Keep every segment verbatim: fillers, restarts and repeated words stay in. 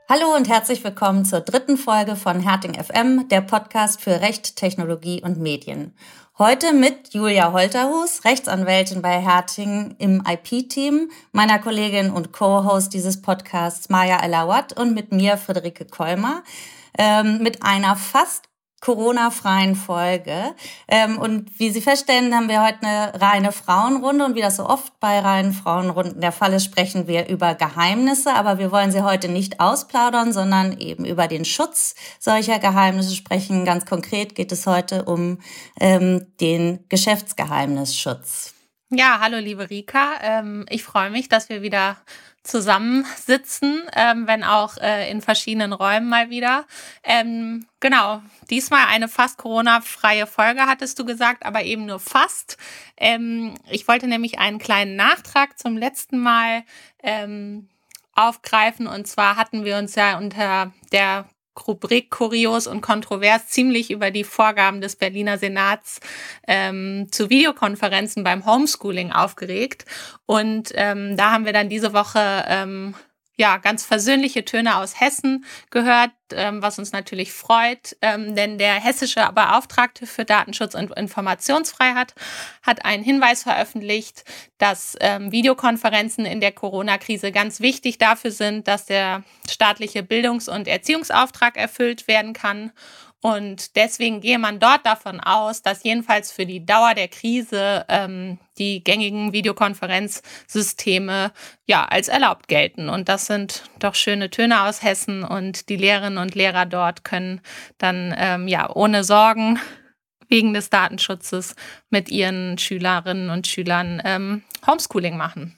Hallo und herzlich willkommen zur dritten Folge von Herting F M, der Podcast für Recht, Technologie und Medien. Heute mit Julia Holterhus, Rechtsanwältin bei Herting im I P-Team, meiner Kollegin und Co-Host dieses Podcasts Maya El-Awad und mit mir Friederike Kollmar ähm, mit einer fast Corona-freien Folge. Ähm, und wie Sie feststellen, haben wir heute eine reine Frauenrunde. Und wie das so oft bei reinen Frauenrunden der Fall ist, sprechen wir über Geheimnisse. Aber wir wollen sie heute nicht ausplaudern, sondern eben über den Schutz solcher Geheimnisse sprechen. Ganz konkret geht es heute um ähm, den Geschäftsgeheimnisschutz. Ja, hallo liebe Rika. Ähm, ich freue mich, dass wir wieder zusammensitzen, ähm, wenn auch äh, in verschiedenen Räumen mal wieder. Ähm, genau, diesmal eine fast Corona-freie Folge, hattest du gesagt, aber eben nur fast. Ähm, ich wollte nämlich einen kleinen Nachtrag zum letzten Mal ähm, aufgreifen. Und zwar hatten wir uns ja unter der Rubrik Kurios und Kontrovers ziemlich über die Vorgaben des Berliner Senats ähm, zu Videokonferenzen beim Homeschooling aufgeregt. Und ähm, da haben wir dann diese Woche ähm, ja ganz versöhnliche Töne aus Hessen gehört, ähm, was uns natürlich freut, ähm, denn der hessische Beauftragte für Datenschutz und Informationsfreiheit hat einen Hinweis veröffentlicht, dass ähm, Videokonferenzen in der Corona-Krise ganz wichtig dafür sind, dass der staatliche Bildungs- und Erziehungsauftrag erfüllt werden kann. Und deswegen gehe man dort davon aus, dass jedenfalls für die Dauer der Krise ähm, die gängigen Videokonferenzsysteme ja als erlaubt gelten. Und das sind doch schöne Töne aus Hessen. Und die Lehrerinnen und Lehrer dort können dann ähm, ja ohne Sorgen wegen des Datenschutzes mit ihren Schülerinnen und Schülern ähm, Homeschooling machen.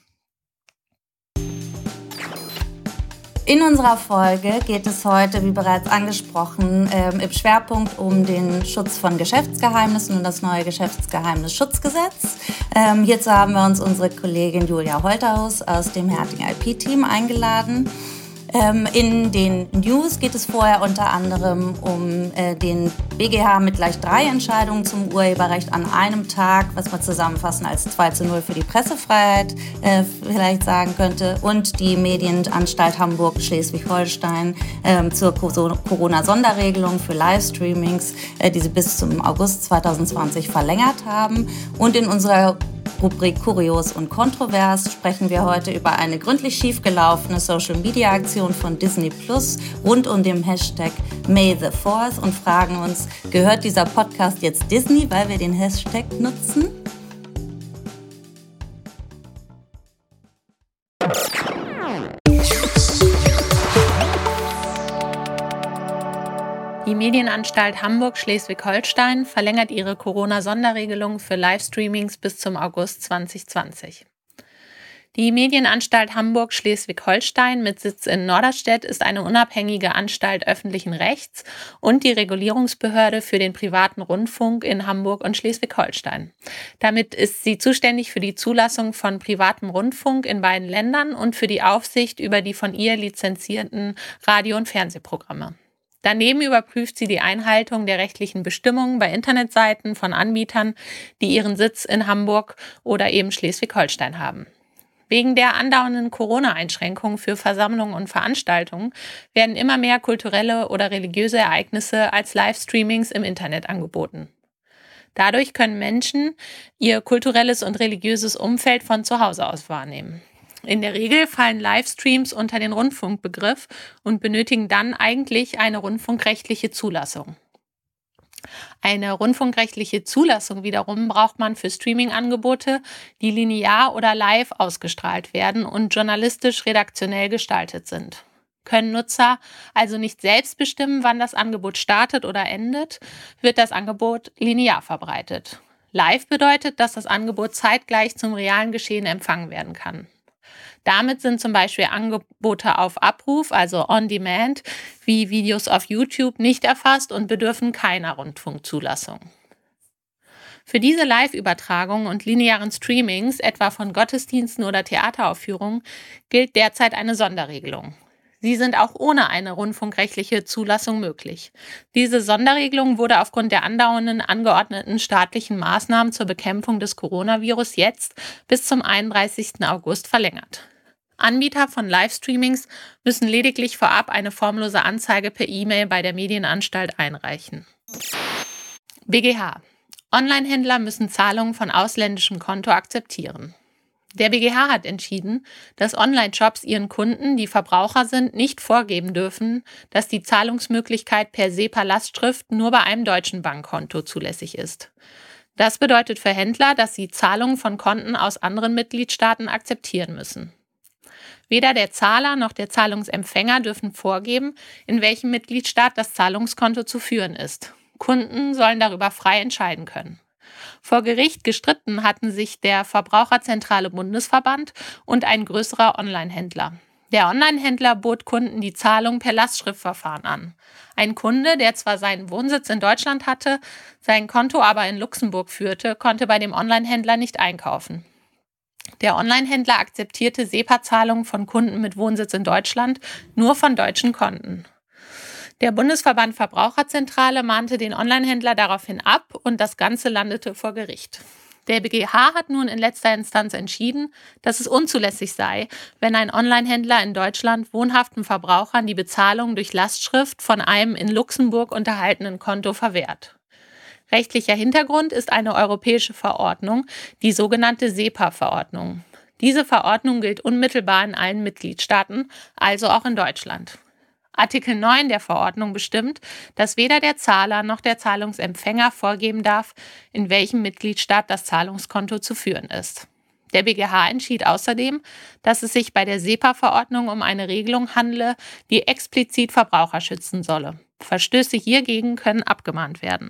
In unserer Folge geht es heute, wie bereits angesprochen, ähm, im Schwerpunkt um den Schutz von Geschäftsgeheimnissen und das neue Geschäftsgeheimnisschutzgesetz. Ähm, hierzu haben wir uns unsere Kollegin Julia Holterhus aus dem Herting I P-Team eingeladen. Ähm, in den News geht es vorher unter anderem um äh, den B G H mit gleich drei Entscheidungen zum Urheberrecht an einem Tag, was man zusammenfassen als zwei zu null für die Pressefreiheit äh, vielleicht sagen könnte, und die Medienanstalt Hamburg-Schleswig-Holstein äh, zur Corona-Sonderregelung für Livestreamings, äh, die sie bis zum August zwanzig zwanzig verlängert haben. Und in unserer Rubrik Kurios und Kontrovers sprechen wir heute über eine gründlich schiefgelaufene Social-Media-Aktion von Disney Plus rund um den Hashtag May the Fourth und fragen uns, gehört dieser Podcast jetzt Disney, weil wir den Hashtag nutzen? Die Medienanstalt Hamburg-Schleswig-Holstein verlängert ihre Corona-Sonderregelung für Livestreamings bis zum August zwanzig zwanzig. Die Medienanstalt Hamburg-Schleswig-Holstein mit Sitz in Norderstedt ist eine unabhängige Anstalt öffentlichen Rechts und die Regulierungsbehörde für den privaten Rundfunk in Hamburg und Schleswig-Holstein. Damit ist sie zuständig für die Zulassung von privatem Rundfunk in beiden Ländern und für die Aufsicht über die von ihr lizenzierten Radio- und Fernsehprogramme. Daneben überprüft sie die Einhaltung der rechtlichen Bestimmungen bei Internetseiten von Anbietern, die ihren Sitz in Hamburg oder eben Schleswig-Holstein haben. Wegen der andauernden Corona-Einschränkungen für Versammlungen und Veranstaltungen werden immer mehr kulturelle oder religiöse Ereignisse als Livestreamings im Internet angeboten. Dadurch können Menschen ihr kulturelles und religiöses Umfeld von zu Hause aus wahrnehmen. In der Regel fallen Livestreams unter den Rundfunkbegriff und benötigen dann eigentlich eine rundfunkrechtliche Zulassung. Eine rundfunkrechtliche Zulassung wiederum braucht man für Streaming-Angebote, die linear oder live ausgestrahlt werden und journalistisch redaktionell gestaltet sind. Können Nutzer also nicht selbst bestimmen, wann das Angebot startet oder endet, wird das Angebot linear verbreitet. Live bedeutet, dass das Angebot zeitgleich zum realen Geschehen empfangen werden kann. Damit sind zum Beispiel Angebote auf Abruf, also on demand, wie Videos auf YouTube, nicht erfasst und bedürfen keiner Rundfunkzulassung. Für diese Live-Übertragungen und linearen Streamings, etwa von Gottesdiensten oder Theateraufführungen, gilt derzeit eine Sonderregelung. Sie sind auch ohne eine rundfunkrechtliche Zulassung möglich. Diese Sonderregelung wurde aufgrund der andauernden angeordneten staatlichen Maßnahmen zur Bekämpfung des Coronavirus jetzt bis zum einunddreißigsten August verlängert. Anbieter von Livestreamings müssen lediglich vorab eine formlose Anzeige per E-Mail bei der Medienanstalt einreichen. B G H. Onlinehändler müssen Zahlungen von ausländischem Konto akzeptieren. Der B G H hat entschieden, dass Online-Shops ihren Kunden, die Verbraucher sind, nicht vorgeben dürfen, dass die Zahlungsmöglichkeit per SEPA-Lastschrift nur bei einem deutschen Bankkonto zulässig ist. Das bedeutet für Händler, dass sie Zahlungen von Konten aus anderen Mitgliedstaaten akzeptieren müssen. Weder der Zahler noch der Zahlungsempfänger dürfen vorgeben, in welchem Mitgliedstaat das Zahlungskonto zu führen ist. Kunden sollen darüber frei entscheiden können. Vor Gericht gestritten hatten sich der Verbraucherzentrale Bundesverband und ein größerer Onlinehändler. Der Onlinehändler bot Kunden die Zahlung per Lastschriftverfahren an. Ein Kunde, der zwar seinen Wohnsitz in Deutschland hatte, sein Konto aber in Luxemburg führte, konnte bei dem Onlinehändler nicht einkaufen. Der Onlinehändler akzeptierte SEPA-Zahlungen von Kunden mit Wohnsitz in Deutschland nur von deutschen Konten. Der Bundesverband Verbraucherzentrale mahnte den Onlinehändler daraufhin ab und das Ganze landete vor Gericht. Der B G H hat nun in letzter Instanz entschieden, dass es unzulässig sei, wenn ein Onlinehändler in Deutschland wohnhaften Verbrauchern die Bezahlung durch Lastschrift von einem in Luxemburg unterhaltenen Konto verwehrt. Rechtlicher Hintergrund ist eine europäische Verordnung, die sogenannte SEPA-Verordnung. Diese Verordnung gilt unmittelbar in allen Mitgliedstaaten, also auch in Deutschland. Artikel neun der Verordnung bestimmt, dass weder der Zahler noch der Zahlungsempfänger vorgeben darf, in welchem Mitgliedstaat das Zahlungskonto zu führen ist. Der B G H entschied außerdem, dass es sich bei der SEPA-Verordnung um eine Regelung handle, die explizit Verbraucher schützen solle. Verstöße hiergegen können abgemahnt werden.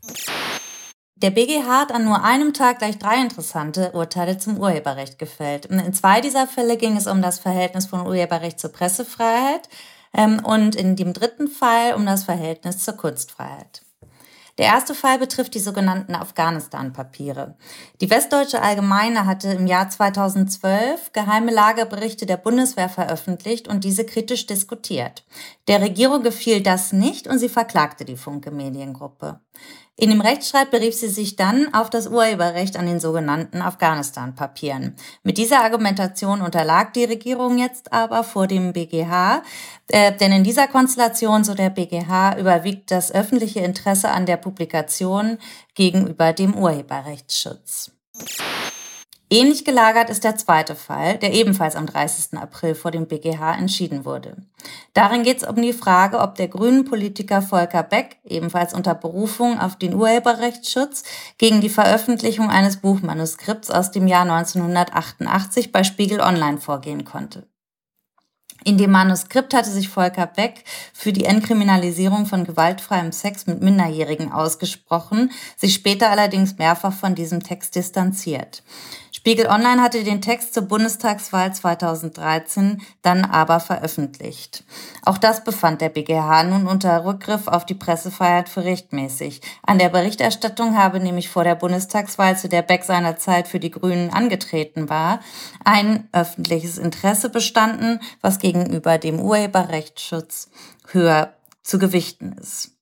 Der B G H hat an nur einem Tag gleich drei interessante Urteile zum Urheberrecht gefällt. In zwei dieser Fälle ging es um das Verhältnis von Urheberrecht zur Pressefreiheit ähm, und in dem dritten Fall um das Verhältnis zur Kunstfreiheit. Der erste Fall betrifft die sogenannten Afghanistan-Papiere. Die Westdeutsche Allgemeine hatte im Jahr zweitausendzwölf geheime Lagerberichte der Bundeswehr veröffentlicht und diese kritisch diskutiert. Der Regierung gefiel das nicht und sie verklagte die Funke Mediengruppe. In dem Rechtsstreit berief sie sich dann auf das Urheberrecht an den sogenannten Afghanistan-Papieren. Mit dieser Argumentation unterlag die Regierung jetzt aber vor dem B G H, äh, denn in dieser Konstellation, so der B G H, überwiegt das öffentliche Interesse an der Publikation gegenüber dem Urheberrechtsschutz. Ähnlich gelagert ist der zweite Fall, der ebenfalls am dreißigsten April vor dem B G H entschieden wurde. Darin geht es um die Frage, ob der grünen Politiker Volker Beck, ebenfalls unter Berufung auf den Urheberrechtsschutz, gegen die Veröffentlichung eines Buchmanuskripts aus dem Jahr neunzehnhundertachtundachtzig bei Spiegel Online vorgehen konnte. In dem Manuskript hatte sich Volker Beck für die Entkriminalisierung von gewaltfreiem Sex mit Minderjährigen ausgesprochen, sich später allerdings mehrfach von diesem Text distanziert. Spiegel Online hatte den Text zur Bundestagswahl zweitausenddreizehn dann aber veröffentlicht. Auch das befand der B G H nun unter Rückgriff auf die Pressefreiheit für rechtmäßig. An der Berichterstattung habe nämlich vor der Bundestagswahl, zu der Beck seinerzeit für die Grünen angetreten war, ein öffentliches Interesse bestanden, was gegenüber dem Urheberrechtsschutz höher zu gewichten ist.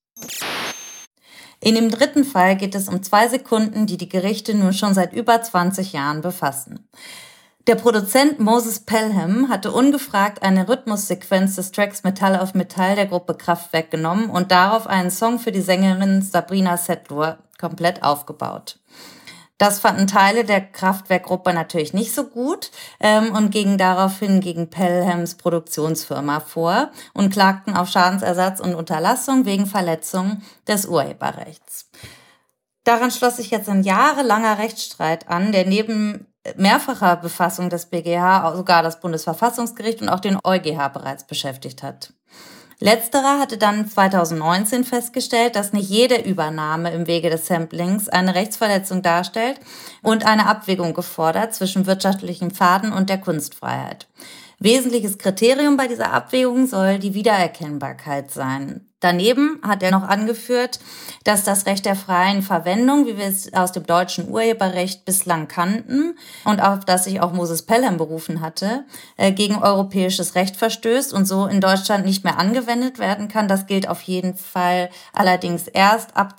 In dem dritten Fall geht es um zwei Sekunden, die die Gerichte nun schon seit über zwanzig Jahren befassen. Der Produzent Moses Pelham hatte ungefragt eine Rhythmussequenz des Tracks Metall auf Metall der Gruppe Kraftwerk genommen und darauf einen Song für die Sängerin Sabrina Setlur komplett aufgebaut. Das fanden Teile der Kraftwerkgruppe natürlich nicht so gut ähm, und gingen daraufhin gegen Pelhams Produktionsfirma vor und klagten auf Schadensersatz und Unterlassung wegen Verletzung des Urheberrechts. Daran schloss sich jetzt ein jahrelanger Rechtsstreit an, der neben mehrfacher Befassung des B G H sogar das Bundesverfassungsgericht und auch den EuGH bereits beschäftigt hat. Letzterer hatte dann zweitausendneunzehn festgestellt, dass nicht jede Übernahme im Wege des Samplings eine Rechtsverletzung darstellt und eine Abwägung gefordert zwischen wirtschaftlichem Schaden und der Kunstfreiheit. Wesentliches Kriterium bei dieser Abwägung soll die Wiedererkennbarkeit sein. Daneben hat er noch angeführt, dass das Recht der freien Verwendung, wie wir es aus dem deutschen Urheberrecht bislang kannten und auf das sich auch Moses Pelham berufen hatte, gegen europäisches Recht verstößt und so in Deutschland nicht mehr angewendet werden kann. Das gilt auf jeden Fall allerdings erst ab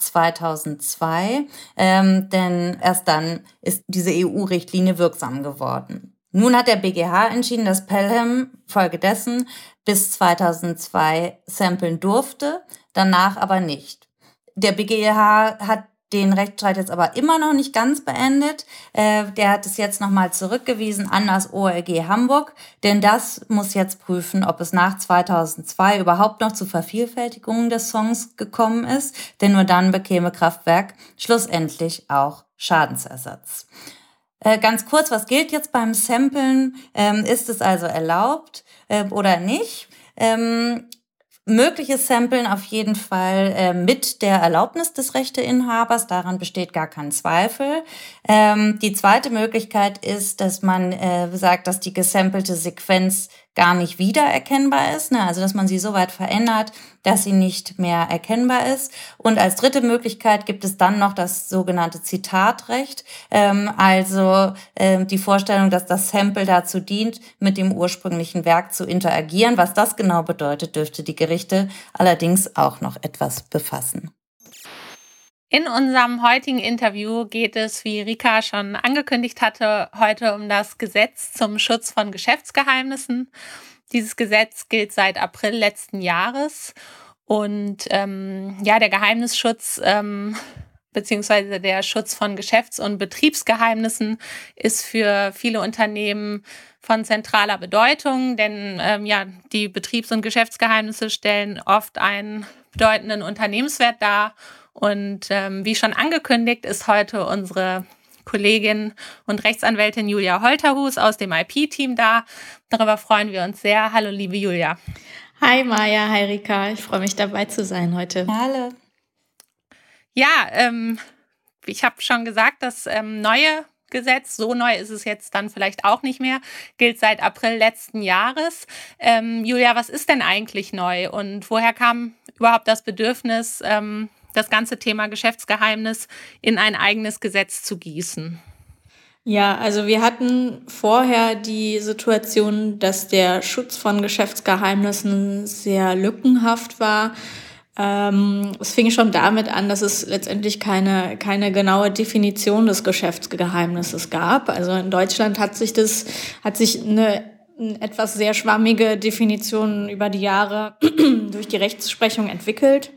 zweitausendzwei, ähm, denn erst dann ist diese E U-Richtlinie wirksam geworden. Nun hat der B G H entschieden, dass Pelham folgedessen bis zweitausendzwei samplen durfte, danach aber nicht. Der B G H hat den Rechtsstreit jetzt aber immer noch nicht ganz beendet. Äh, der hat es jetzt nochmal zurückgewiesen an das O L G Hamburg, denn das muss jetzt prüfen, ob es nach zweitausendzwei überhaupt noch zu Vervielfältigungen des Songs gekommen ist, denn nur dann bekäme Kraftwerk schlussendlich auch Schadensersatz. Äh, ganz kurz, was gilt jetzt beim Samplen? Ähm, ist es also erlaubt äh, oder nicht? Ähm, Mögliches Samplen auf jeden Fall äh, mit der Erlaubnis des Rechteinhabers, daran besteht gar kein Zweifel. Ähm, die zweite Möglichkeit ist, dass man äh, sagt, dass die gesampelte Sequenz gar nicht wiedererkennbar ist, ne? Also dass man sie so weit verändert, dass sie nicht mehr erkennbar ist. Und als dritte Möglichkeit gibt es dann noch das sogenannte Zitatrecht, ähm, also ähm, die Vorstellung, dass das Sample dazu dient, mit dem ursprünglichen Werk zu interagieren. Was das genau bedeutet, dürfte die Gerichte allerdings auch noch etwas befassen. In unserem heutigen Interview geht es, wie Rika schon angekündigt hatte, heute um das Gesetz zum Schutz von Geschäftsgeheimnissen. Dieses Gesetz gilt seit April letzten Jahres und ähm, ja, der Geheimnisschutz ähm, beziehungsweise der Schutz von Geschäfts- und Betriebsgeheimnissen ist für viele Unternehmen von zentraler Bedeutung, denn ähm, ja, die Betriebs- und Geschäftsgeheimnisse stellen oft einen bedeutenden Unternehmenswert dar. Und ähm, wie schon angekündigt, ist heute unsere Kollegin und Rechtsanwältin Julia Holterhus aus dem I P-Team da. Darüber freuen wir uns sehr. Hallo, liebe Julia. Hi Maja, hi Rika. Ich freue mich, dabei zu sein heute. Hallo. Ja, ähm, ich habe schon gesagt, das ähm, neue Gesetz, so neu ist es jetzt dann vielleicht auch nicht mehr, gilt seit April letzten Jahres. Ähm, Julia, was ist denn eigentlich neu und woher kam überhaupt das Bedürfnis, ähm, das ganze Thema Geschäftsgeheimnis in ein eigenes Gesetz zu gießen? Ja, also wir hatten vorher die Situation, dass der Schutz von Geschäftsgeheimnissen sehr lückenhaft war. Ähm, es fing schon damit an, dass es letztendlich keine, keine genaue Definition des Geschäftsgeheimnisses gab. Also in Deutschland hat sich das, hat sich eine etwas sehr schwammige Definition über die Jahre durch die Rechtsprechung entwickelt.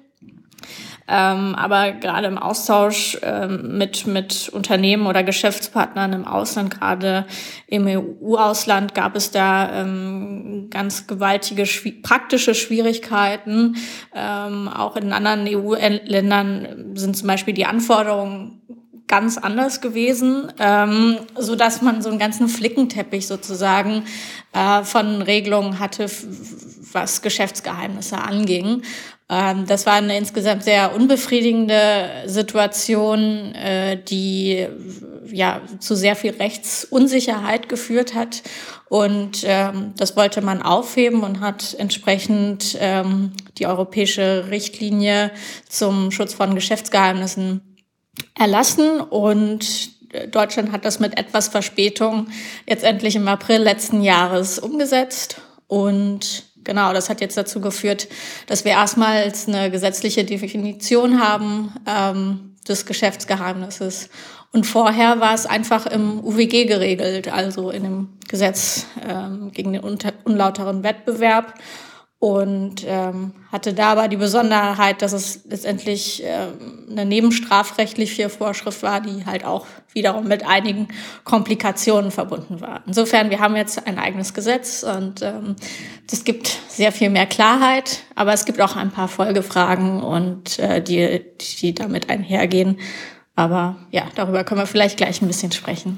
Ähm, aber gerade im Austausch ähm, mit mit Unternehmen oder Geschäftspartnern im Ausland, gerade im E U-Ausland, gab es da ähm, ganz gewaltige schwi- praktische Schwierigkeiten. Ähm, auch in anderen E U-Ländern sind zum Beispiel die Anforderungen ganz anders gewesen, ähm, so dass man so einen ganzen Flickenteppich sozusagen äh, von Regelungen hatte, f- was Geschäftsgeheimnisse anging. Ähm, das war eine insgesamt sehr unbefriedigende Situation, äh, die ja zu sehr viel Rechtsunsicherheit geführt hat. Und ähm, das wollte man aufheben und hat entsprechend ähm, die europäische Richtlinie zum Schutz von Geschäftsgeheimnissen erlassen. Und Deutschland hat das mit etwas Verspätung jetzt endlich im April letzten Jahres umgesetzt. Und genau, das hat jetzt dazu geführt, dass wir erstmals eine gesetzliche Definition haben ähm, des Geschäftsgeheimnisses. Und vorher war es einfach im U W G geregelt, also in dem Gesetz ähm, gegen den unter- unlauteren Wettbewerb. Und ähm, hatte da aber die Besonderheit, dass es letztendlich ähm, eine nebenstrafrechtliche Vorschrift war, die halt auch wiederum mit einigen Komplikationen verbunden war. Insofern, wir haben jetzt ein eigenes Gesetz und ähm, das gibt sehr viel mehr Klarheit, aber es gibt auch ein paar Folgefragen und äh, die, die damit einhergehen. Aber ja, darüber können wir vielleicht gleich ein bisschen sprechen.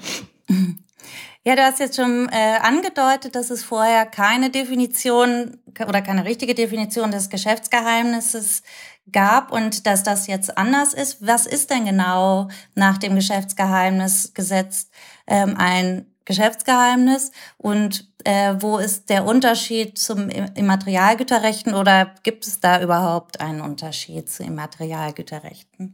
Ja, du hast jetzt schon äh, angedeutet, dass es vorher keine Definition oder keine richtige Definition des Geschäftsgeheimnisses gab und dass das jetzt anders ist. Was ist denn genau nach dem Geschäftsgeheimnisgesetz ähm, ein Geschäftsgeheimnis und äh, wo ist der Unterschied zum Immaterialgüterrechten oder gibt es da überhaupt einen Unterschied zu Immaterialgüterrechten?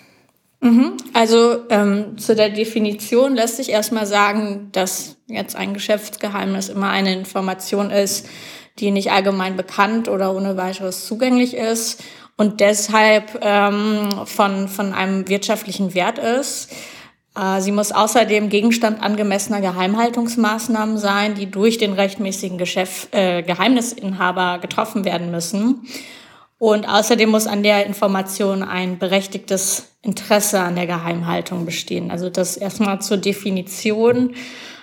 Also ähm, zu der Definition lässt sich erstmal sagen, dass jetzt ein Geschäftsgeheimnis immer eine Information ist, die nicht allgemein bekannt oder ohne weiteres zugänglich ist und deshalb ähm, von von einem wirtschaftlichen Wert ist. Sie muss außerdem Gegenstand angemessener Geheimhaltungsmaßnahmen sein, die durch den rechtmäßigen Geschäft, äh, Geheimnisinhaber getroffen werden müssen. Und außerdem muss an der Information ein berechtigtes Interesse an der Geheimhaltung bestehen. Also das erstmal zur Definition.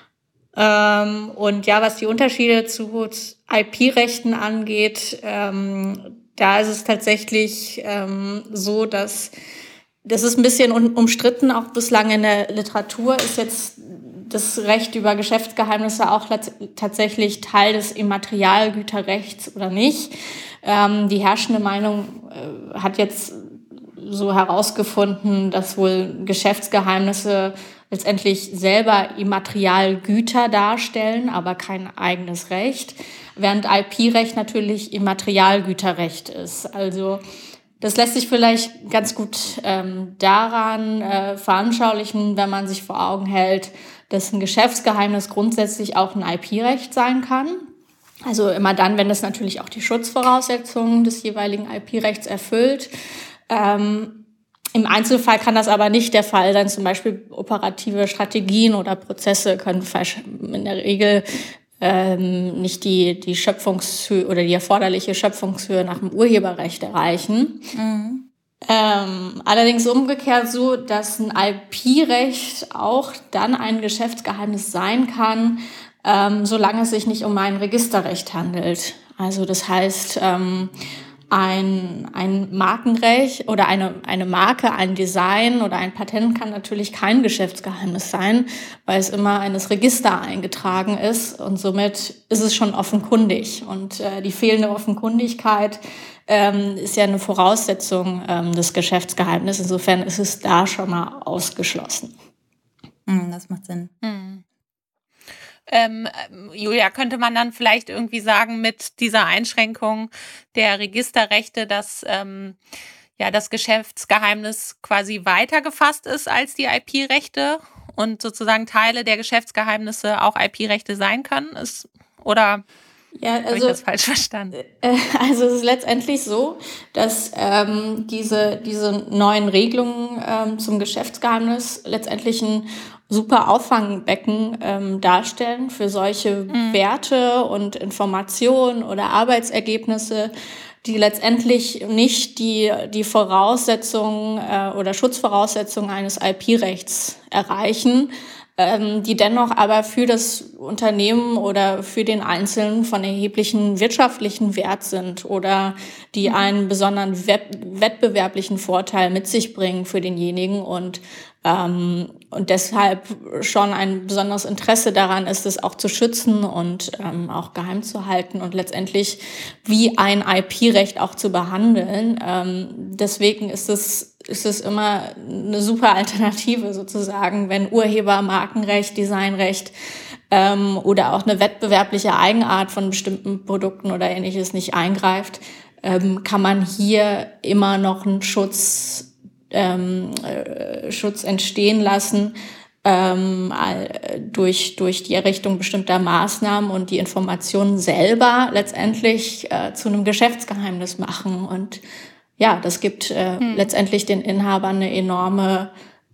Ähm, und ja, was die Unterschiede zu I P-Rechten angeht, ähm, da ist es tatsächlich ähm, so, dass das ist ein bisschen umstritten, auch bislang in der Literatur ist jetzt das Recht über Geschäftsgeheimnisse auch tatsächlich Teil des Immaterialgüterrechts oder nicht. Ähm, die herrschende Meinung äh, hat jetzt so herausgefunden, dass wohl Geschäftsgeheimnisse letztendlich selber Immaterialgüter darstellen, aber kein eigenes Recht, während I P-Recht natürlich Immaterialgüterrecht ist. Also das lässt sich vielleicht ganz gut ähm, daran äh, veranschaulichen, wenn man sich vor Augen hält, dass ein Geschäftsgeheimnis grundsätzlich auch ein I P-Recht sein kann. Also immer dann, wenn es natürlich auch die Schutzvoraussetzungen des jeweiligen I P-Rechts erfüllt. Ähm, Im Einzelfall kann das aber nicht der Fall sein. Zum Beispiel operative Strategien oder Prozesse können in der Regel ähm, nicht die, die Schöpfungshöhe oder die erforderliche Schöpfungshöhe nach dem Urheberrecht erreichen. Mhm. Ähm, allerdings umgekehrt so, dass ein I P-Recht auch dann ein Geschäftsgeheimnis sein kann, ähm, solange es sich nicht um ein Registerrecht handelt. Also das heißt, ähm, Ein, ein Markenrecht oder eine, eine Marke, ein Design oder ein Patent kann natürlich kein Geschäftsgeheimnis sein, weil es immer eines Register eingetragen ist und somit ist es schon offenkundig. Und äh, die fehlende Offenkundigkeit ähm, ist ja eine Voraussetzung ähm, des Geschäftsgeheimnisses. Insofern ist es da schon mal ausgeschlossen. Mm, das macht Sinn. Mm. Ähm, Julia, könnte man dann vielleicht irgendwie sagen, mit dieser Einschränkung der Registerrechte, dass ähm, ja das Geschäftsgeheimnis quasi weiter gefasst ist als die I P-Rechte und sozusagen Teile der Geschäftsgeheimnisse auch I P-Rechte sein können? Ist, oder ja, also, habe ich das falsch verstanden? Äh, also es ist letztendlich so, dass ähm, diese, diese neuen Regelungen ähm, zum Geschäftsgeheimnis letztendlich ein super Auffangbecken ähm, darstellen für solche mhm. Werte und Informationen oder Arbeitsergebnisse, die letztendlich nicht die die Voraussetzungen äh, oder Schutzvoraussetzungen eines I P-Rechts erreichen, ähm, die dennoch aber für das Unternehmen oder für den Einzelnen von erheblichen wirtschaftlichen Wert sind oder die mhm. einen besonderen wett- wettbewerblichen Vorteil mit sich bringen für denjenigen und Ähm, und deshalb schon ein besonderes Interesse daran ist, es auch zu schützen und ähm, auch geheim zu halten und letztendlich wie ein I P-Recht auch zu behandeln. Ähm, deswegen ist es, ist es immer eine super Alternative sozusagen, wenn Urheber, Markenrecht, Designrecht ähm, oder auch eine wettbewerbliche Eigenart von bestimmten Produkten oder Ähnliches nicht eingreift, ähm, kann man hier immer noch einen Schutz Ähm, äh, Schutz entstehen lassen ähm, durch durch die Errichtung bestimmter Maßnahmen und die Informationen selber letztendlich äh, zu einem Geschäftsgeheimnis machen. Und ja, das gibt äh, hm. letztendlich den Inhabern eine enorme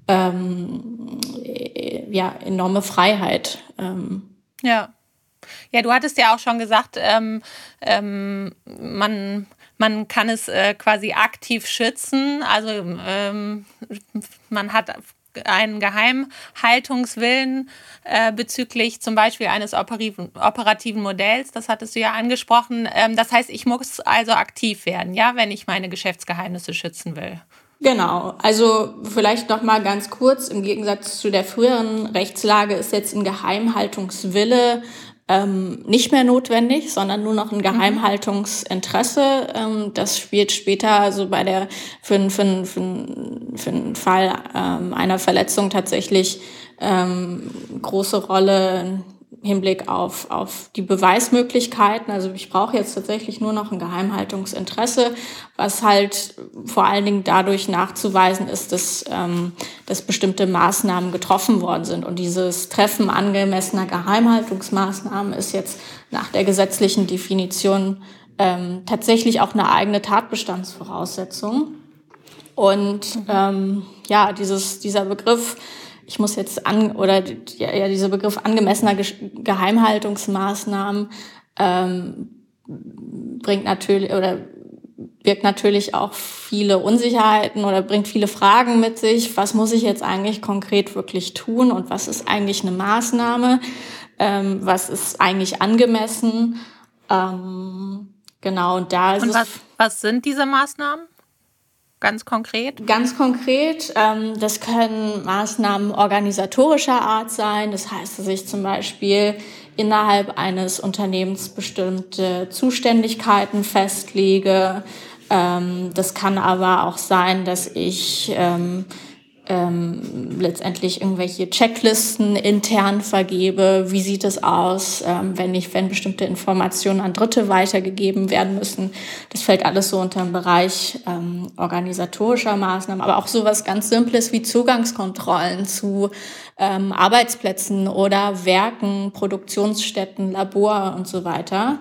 ähm, äh, ja enorme Freiheit. Ähm. Ja. Ja, du hattest ja auch schon gesagt, ähm, ähm, man Man kann es äh, quasi aktiv schützen. Also ähm, man hat einen Geheimhaltungswillen äh, bezüglich zum Beispiel eines operativen, operativen Modells. Das hattest du ja angesprochen. Ähm, das heißt, ich muss also aktiv werden, ja, wenn ich meine Geschäftsgeheimnisse schützen will. Genau. Also vielleicht noch mal ganz kurz. Im Gegensatz zu der früheren Rechtslage ist jetzt ein Geheimhaltungswille Ähm, nicht mehr notwendig, sondern nur noch ein Geheimhaltungsinteresse. Ähm, das spielt später also bei der für, für, für, für einen Fall ähm, einer Verletzung tatsächlich ähm, große Rolle im Hinblick auf auf die Beweismöglichkeiten. Also ich brauche jetzt tatsächlich nur noch ein Geheimhaltungsinteresse, was halt vor allen Dingen dadurch nachzuweisen ist, dass ähm, dass bestimmte Maßnahmen getroffen worden sind. Und dieses Treffen angemessener Geheimhaltungsmaßnahmen ist jetzt nach der gesetzlichen Definition ähm, tatsächlich auch eine eigene Tatbestandsvoraussetzung. Und ähm, ja, dieses dieser Begriff ich muss jetzt an, oder ja, ja dieser Begriff angemessener Geheimhaltungsmaßnahmen ähm, bringt natürlich oder birgt natürlich auch viele Unsicherheiten oder bringt viele Fragen mit sich. Was muss ich jetzt eigentlich konkret wirklich tun und was ist eigentlich eine Maßnahme? Ähm, was ist eigentlich angemessen? Ähm, genau, und da ist und es... Was, was sind diese Maßnahmen? Ganz konkret? Ganz konkret, ähm, das können Maßnahmen organisatorischer Art sein. Das heißt, dass ich zum Beispiel innerhalb eines Unternehmens bestimmte Zuständigkeiten festlege. Ähm, das kann aber auch sein, dass ich ähm, ähm, letztendlich irgendwelche Checklisten intern vergebe. Wie sieht es aus, ähm, wenn ich, wenn bestimmte Informationen an Dritte weitergegeben werden müssen? Das fällt alles so unter den Bereich ähm, organisatorischer Maßnahmen, aber auch sowas ganz Simples wie Zugangskontrollen zu ähm, Arbeitsplätzen oder Werken, Produktionsstätten, Labor und so weiter.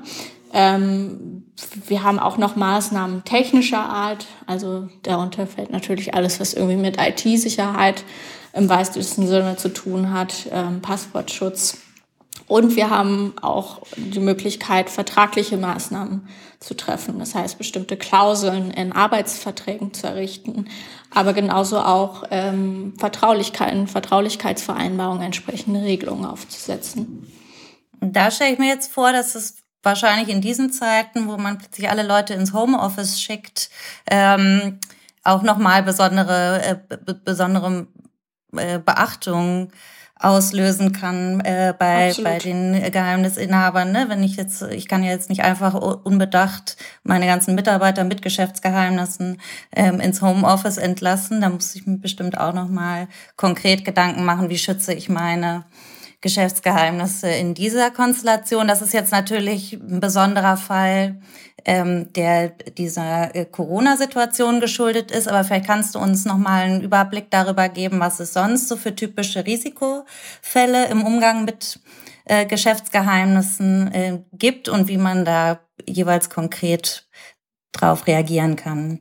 Ähm, wir haben auch noch Maßnahmen technischer Art, also darunter fällt natürlich alles, was irgendwie mit I T-Sicherheit im weitesten Sinne zu tun hat, ähm, Passwortschutz. Und wir haben auch die Möglichkeit, vertragliche Maßnahmen zu treffen, das heißt, bestimmte Klauseln in Arbeitsverträgen zu errichten, aber genauso auch ähm, Vertraulichkeiten, Vertraulichkeitsvereinbarungen, entsprechende Regelungen aufzusetzen. Und da stelle ich mir jetzt vor, dass es wahrscheinlich in diesen Zeiten, wo man plötzlich alle Leute ins Homeoffice schickt, ähm, auch nochmal besondere, äh, b- besondere äh, Beachtung auslösen kann äh, bei bei den Geheimnisinhabern. Ne? Wenn ich jetzt, ich kann ja jetzt nicht einfach unbedacht meine ganzen Mitarbeiter mit Geschäftsgeheimnissen ähm, ins Homeoffice entlassen. Da muss ich mir bestimmt auch nochmal konkret Gedanken machen, wie schütze ich meine Geschäftsgeheimnisse in dieser Konstellation. Das ist jetzt natürlich ein besonderer Fall, ähm, der dieser äh, Corona-Situation geschuldet ist. Aber vielleicht kannst du uns noch mal einen Überblick darüber geben, was es sonst so für typische Risikofälle im Umgang mit äh, Geschäftsgeheimnissen äh, gibt und wie man da jeweils konkret drauf reagieren kann.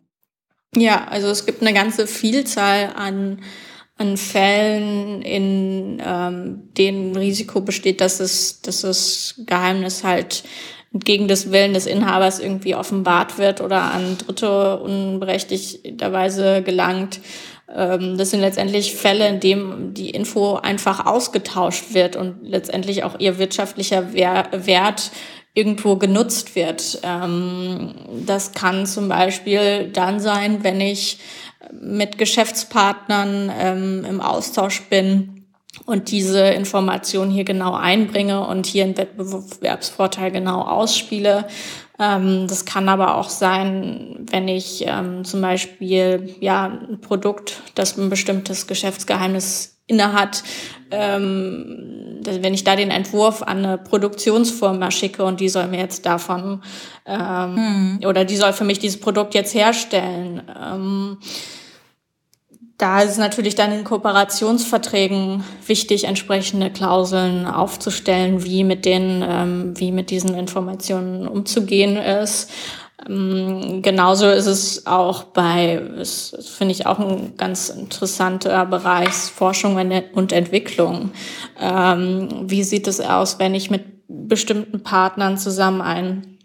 Ja, also es gibt eine ganze Vielzahl an an Fällen, in ähm, denen Risiko besteht, dass es, dass das Geheimnis halt entgegen des Willens des Inhabers irgendwie offenbart wird oder an Dritte unberechtigterweise gelangt. Ähm, das sind letztendlich Fälle, in denen die Info einfach ausgetauscht wird und letztendlich auch ihr wirtschaftlicher Wert irgendwo genutzt wird. Ähm, das kann zum Beispiel dann sein, wenn ich mit Geschäftspartnern ähm, im Austausch bin und diese Informationen hier genau einbringe und hier einen Wettbewerbsvorteil genau ausspiele. Ähm, das kann aber auch sein, wenn ich ähm, zum Beispiel ja ein Produkt, das ein bestimmtes Geschäftsgeheimnis innehat, ähm, wenn ich da den Entwurf an eine Produktionsfirma schicke und die soll mir jetzt davon ähm, hm. oder die soll für mich dieses Produkt jetzt herstellen. Ähm, Da ist es natürlich dann in Kooperationsverträgen wichtig, entsprechende Klauseln aufzustellen, wie mit den, ähm, wie mit diesen Informationen umzugehen ist. Ähm, genauso ist es auch bei, das, das finde ich auch ein ganz interessanter Bereich, Forschung und Entwicklung. Ähm, wie sieht es aus, wenn ich mit bestimmten Partnern zusammen einen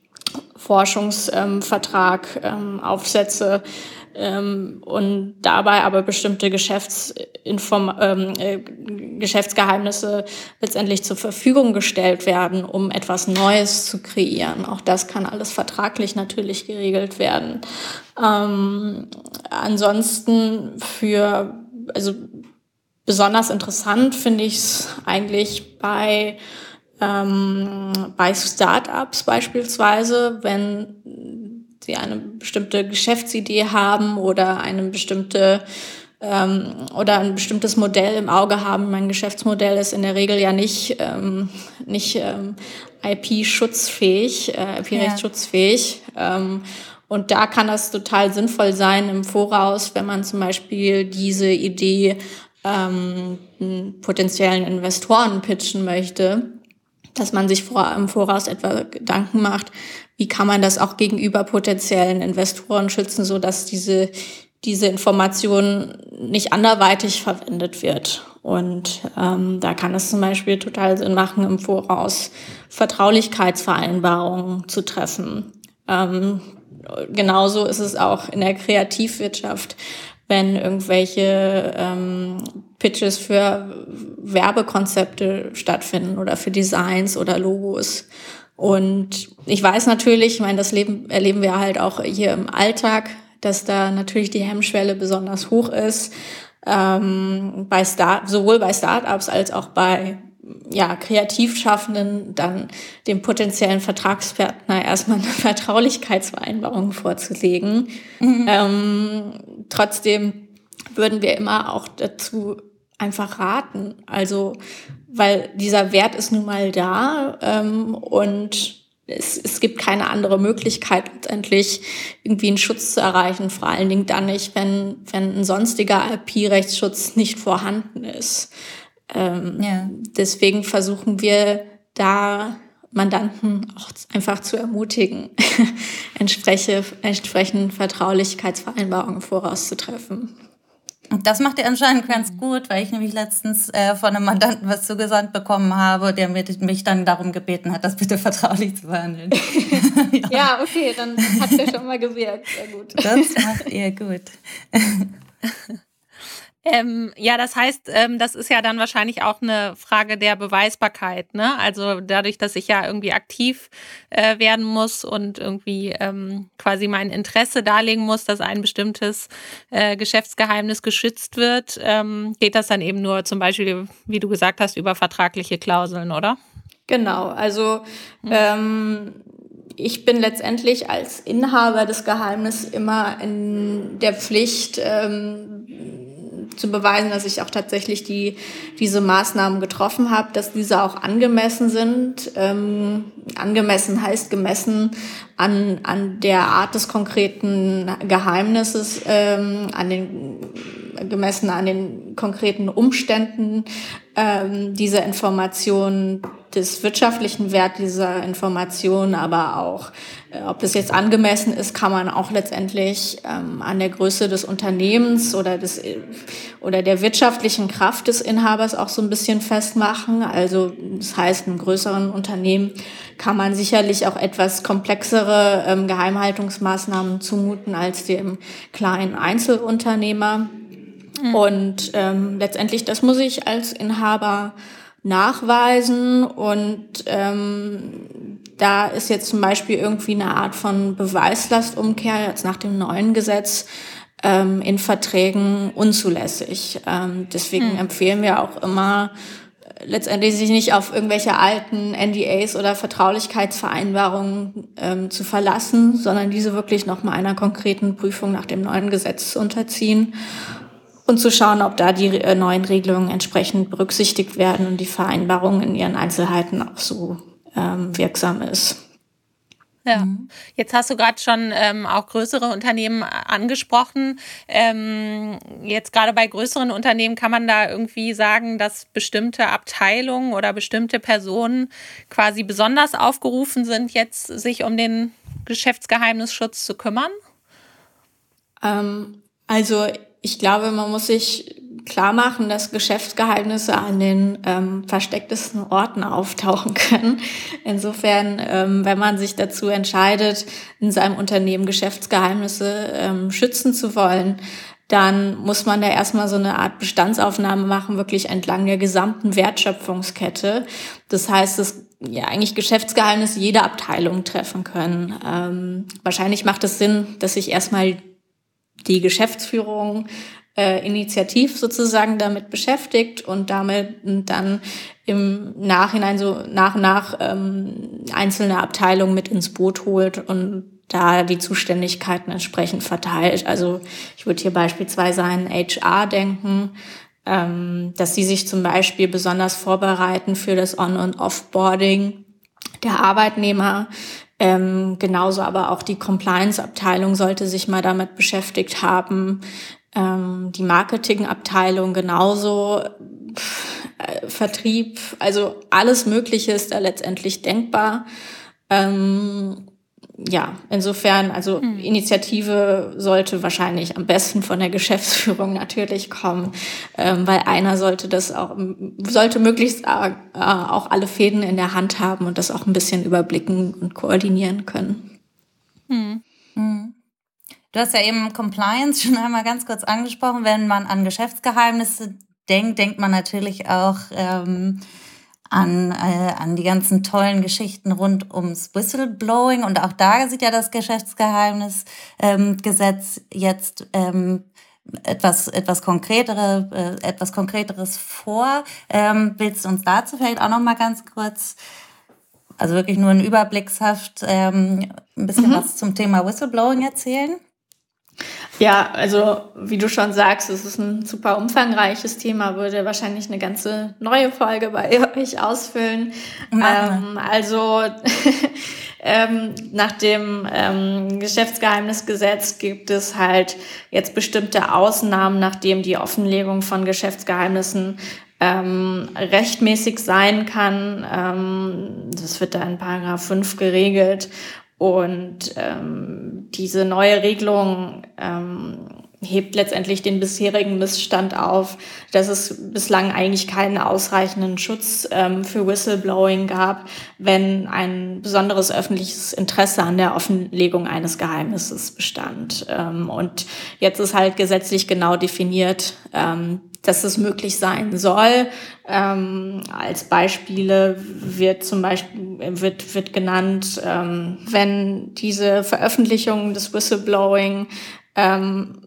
Forschungsvertrag ähm, aufsetze, Ähm, und dabei aber bestimmte Geschäftsinform- ähm, äh, Geschäftsgeheimnisse letztendlich zur Verfügung gestellt werden, um etwas Neues zu kreieren. Auch das kann alles vertraglich natürlich geregelt werden. Ähm, ansonsten für, also besonders interessant finde ich es eigentlich bei ähm, bei Startups beispielsweise, wenn sie eine bestimmte Geschäftsidee haben oder eine bestimmte ähm, oder ein bestimmtes Modell im Auge haben. Mein Geschäftsmodell ist in der Regel ja nicht ähm, nicht ähm, I P-schutzfähig, äh, I P-rechtsschutzfähig. Ja. Ähm, und da kann das total sinnvoll sein im Voraus, wenn man zum Beispiel diese Idee ähm, potenziellen Investoren pitchen möchte, dass man sich vor, im Voraus etwa Gedanken macht, wie kann man das auch gegenüber potenziellen Investoren schützen, so dass diese diese Information nicht anderweitig verwendet wird. Und ähm, da kann es zum Beispiel total Sinn machen, im Voraus Vertraulichkeitsvereinbarungen zu treffen. Ähm, genauso ist es auch in der Kreativwirtschaft, wenn irgendwelche ähm, Pitches für Werbekonzepte stattfinden oder für Designs oder Logos. Und ich weiß natürlich, ich meine, das Leben erleben wir halt auch hier im Alltag, dass da natürlich die Hemmschwelle besonders hoch ist, ähm, bei Start, sowohl bei Startups als auch bei ja, Kreativschaffenden dann dem potenziellen Vertragspartner erstmal eine Vertraulichkeitsvereinbarung vorzulegen. Mhm. Ähm, trotzdem würden wir immer auch dazu einfach raten, also weil dieser Wert ist nun mal da ähm, und es, es gibt keine andere Möglichkeit, letztendlich irgendwie einen Schutz zu erreichen, vor allen Dingen dann nicht, wenn, wenn ein sonstiger I P-Rechtsschutz nicht vorhanden ist. Ähm, ja. Deswegen versuchen wir da Mandanten auch einfach zu ermutigen, entsprechend, entsprechend Vertraulichkeitsvereinbarungen vorauszutreffen. Und das macht ihr anscheinend ganz gut, weil ich nämlich letztens äh, von einem Mandanten was zugesandt bekommen habe, der mich dann darum gebeten hat, das bitte vertraulich zu behandeln. ja. ja, okay, dann hat ja schon mal gewirkt. Sehr gut. Das macht ihr gut. Ähm, ja, das heißt, ähm, das ist ja dann wahrscheinlich auch eine Frage der Beweisbarkeit, ne? Also dadurch, dass ich ja irgendwie aktiv äh, werden muss und irgendwie ähm, quasi mein Interesse darlegen muss, dass ein bestimmtes äh, Geschäftsgeheimnis geschützt wird, ähm, geht das dann eben nur zum Beispiel, wie du gesagt hast, über vertragliche Klauseln, oder? Genau, also hm. ähm, ich bin letztendlich als Inhaber des Geheimnisses immer in der Pflicht, ähm, zu beweisen, dass ich auch tatsächlich die diese Maßnahmen getroffen habe, dass diese auch angemessen sind. Ähm, angemessen heißt gemessen an an der Art des konkreten Geheimnisses, ähm, an den gemessen an den konkreten Umständen ähm, dieser Information, des wirtschaftlichen Wert dieser Information, aber auch, äh, ob das jetzt angemessen ist, kann man auch letztendlich ähm, an der Größe des Unternehmens oder des oder der wirtschaftlichen Kraft des Inhabers auch so ein bisschen festmachen. Also das heißt, einem größeren Unternehmen kann man sicherlich auch etwas komplexere ähm, Geheimhaltungsmaßnahmen zumuten als dem kleinen Einzelunternehmer. Mhm. Und ähm, letztendlich, das muss ich als Inhaber nachweisen und ähm, da ist jetzt zum Beispiel irgendwie eine Art von Beweislastumkehr jetzt nach dem neuen Gesetz ähm, in Verträgen unzulässig. Ähm, deswegen hm. empfehlen wir auch immer letztendlich sich nicht auf irgendwelche alten N D As oder Vertraulichkeitsvereinbarungen ähm, zu verlassen, sondern diese wirklich nochmal einer konkreten Prüfung nach dem neuen Gesetz zu unterziehen. Und zu schauen, ob da die äh, neuen Regelungen entsprechend berücksichtigt werden und die Vereinbarung in ihren Einzelheiten auch so ähm, wirksam ist. Ja, jetzt hast du gerade schon ähm, auch größere Unternehmen angesprochen. Ähm, jetzt gerade bei größeren Unternehmen kann man da irgendwie sagen, dass bestimmte Abteilungen oder bestimmte Personen quasi besonders aufgerufen sind, jetzt sich um den Geschäftsgeheimnisschutz zu kümmern? Ähm, also ich glaube, man muss sich klar machen, dass Geschäftsgeheimnisse an den ähm, verstecktesten Orten auftauchen können. Insofern, ähm, wenn man sich dazu entscheidet, in seinem Unternehmen Geschäftsgeheimnisse ähm, schützen zu wollen, dann muss man da erstmal so eine Art Bestandsaufnahme machen, wirklich entlang der gesamten Wertschöpfungskette. Das heißt, dass ja eigentlich Geschäftsgeheimnisse jede Abteilung treffen können. Ähm, wahrscheinlich macht es Sinn, dass sich erstmal die Geschäftsführung äh, initiativ sozusagen damit beschäftigt und damit dann im Nachhinein so nach und nach ähm, einzelne Abteilungen mit ins Boot holt und da die Zuständigkeiten entsprechend verteilt. Also ich würde hier beispielsweise an H R denken, ähm, dass sie sich zum Beispiel besonders vorbereiten für das On- und Offboarding der Arbeitnehmer. Ähm, genauso aber auch die Compliance-Abteilung sollte sich mal damit beschäftigt haben. Ähm, die Marketing-Abteilung genauso. Äh, Vertrieb, also alles Mögliche ist da letztendlich denkbar. Ähm, ja, insofern, also mhm. Initiative sollte wahrscheinlich am besten von der Geschäftsführung natürlich kommen, ähm, weil einer sollte das auch, sollte möglichst äh, auch alle Fäden in der Hand haben und das auch ein bisschen überblicken und koordinieren können. Mhm. Mhm. Du hast ja eben Compliance schon einmal ganz kurz angesprochen. Wenn man an Geschäftsgeheimnisse denkt, denkt man natürlich auch ähm, an, äh, an die ganzen tollen Geschichten rund ums Whistleblowing. Und auch da sieht ja das Geschäftsgeheimnisgesetz ähm, jetzt ähm, etwas, etwas, konkretere, äh, etwas Konkreteres vor. Ähm, willst du uns dazu vielleicht auch noch mal ganz kurz, also wirklich nur in Überblickshaft, ähm, ein bisschen mhm. was zum Thema Whistleblowing erzählen? Ja, also wie du schon sagst, es ist ein super umfangreiches Thema, würde wahrscheinlich eine ganze neue Folge bei euch ausfüllen. Ähm, also ähm, nach dem ähm, Geschäftsgeheimnisgesetz gibt es halt jetzt bestimmte Ausnahmen, nachdem die Offenlegung von Geschäftsgeheimnissen ähm, rechtmäßig sein kann. Ähm, das wird da in Paragraph fünf geregelt. Und ähm, diese neue Regelung ähm, hebt letztendlich den bisherigen Missstand auf, dass es bislang eigentlich keinen ausreichenden Schutz ähm, für Whistleblowing gab, wenn ein besonderes öffentliches Interesse an der Offenlegung eines Geheimnisses bestand. Ähm, und jetzt ist halt gesetzlich genau definiert, ähm, dass es möglich sein soll. Ähm, als Beispiele wird zum Beispiel wird wird genannt, ähm, wenn diese Veröffentlichung des Whistleblowing ähm,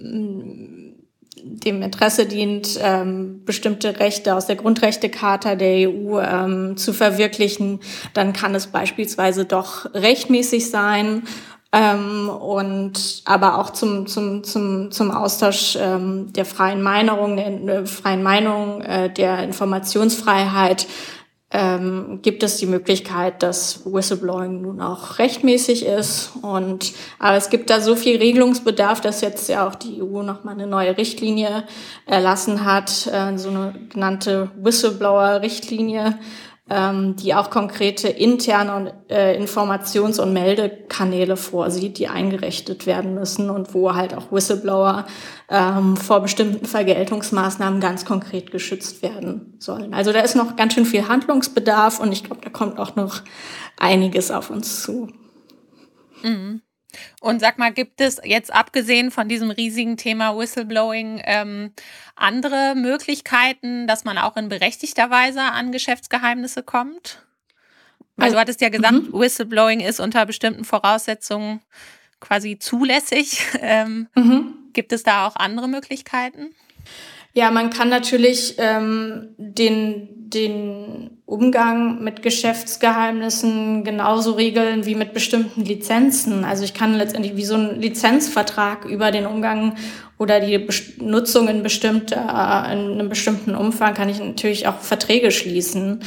dem Interesse dient, ähm, bestimmte Rechte aus der Grundrechtecharta der E U ähm, zu verwirklichen, dann kann es beispielsweise doch rechtmäßig sein. Ähm, und aber auch zum zum zum zum Austausch ähm, der freien Meinung, der, der freien Meinung, äh, der Informationsfreiheit ähm, gibt es die Möglichkeit, dass Whistleblowing nun auch rechtmäßig ist. Und aber es gibt da so viel Regelungsbedarf, dass jetzt ja auch die E U nochmal eine neue Richtlinie erlassen hat, äh, so eine genannte Whistleblower-Richtlinie, ähm, die auch konkrete interne und, äh, Informations- und Meldekanäle vorsieht, die eingerichtet werden müssen und wo halt auch Whistleblower ähm, vor bestimmten Vergeltungsmaßnahmen ganz konkret geschützt werden sollen. Also da ist noch ganz schön viel Handlungsbedarf und ich glaube, da kommt auch noch einiges auf uns zu. Mhm. Und sag mal, gibt es jetzt abgesehen von diesem riesigen Thema Whistleblowing ähm, andere Möglichkeiten, dass man auch in berechtigter Weise an Geschäftsgeheimnisse kommt? Weil also, du hattest ja gesagt, mhm. Whistleblowing ist unter bestimmten Voraussetzungen quasi zulässig. Ähm, mhm. Gibt es da auch andere Möglichkeiten? Ja, man kann natürlich ähm, den, den Umgang mit Geschäftsgeheimnissen genauso regeln wie mit bestimmten Lizenzen. Also ich kann letztendlich wie so einen Lizenzvertrag über den Umgang oder die Nutzung in, bestimmte, äh, in einem bestimmten Umfang kann ich natürlich auch Verträge schließen.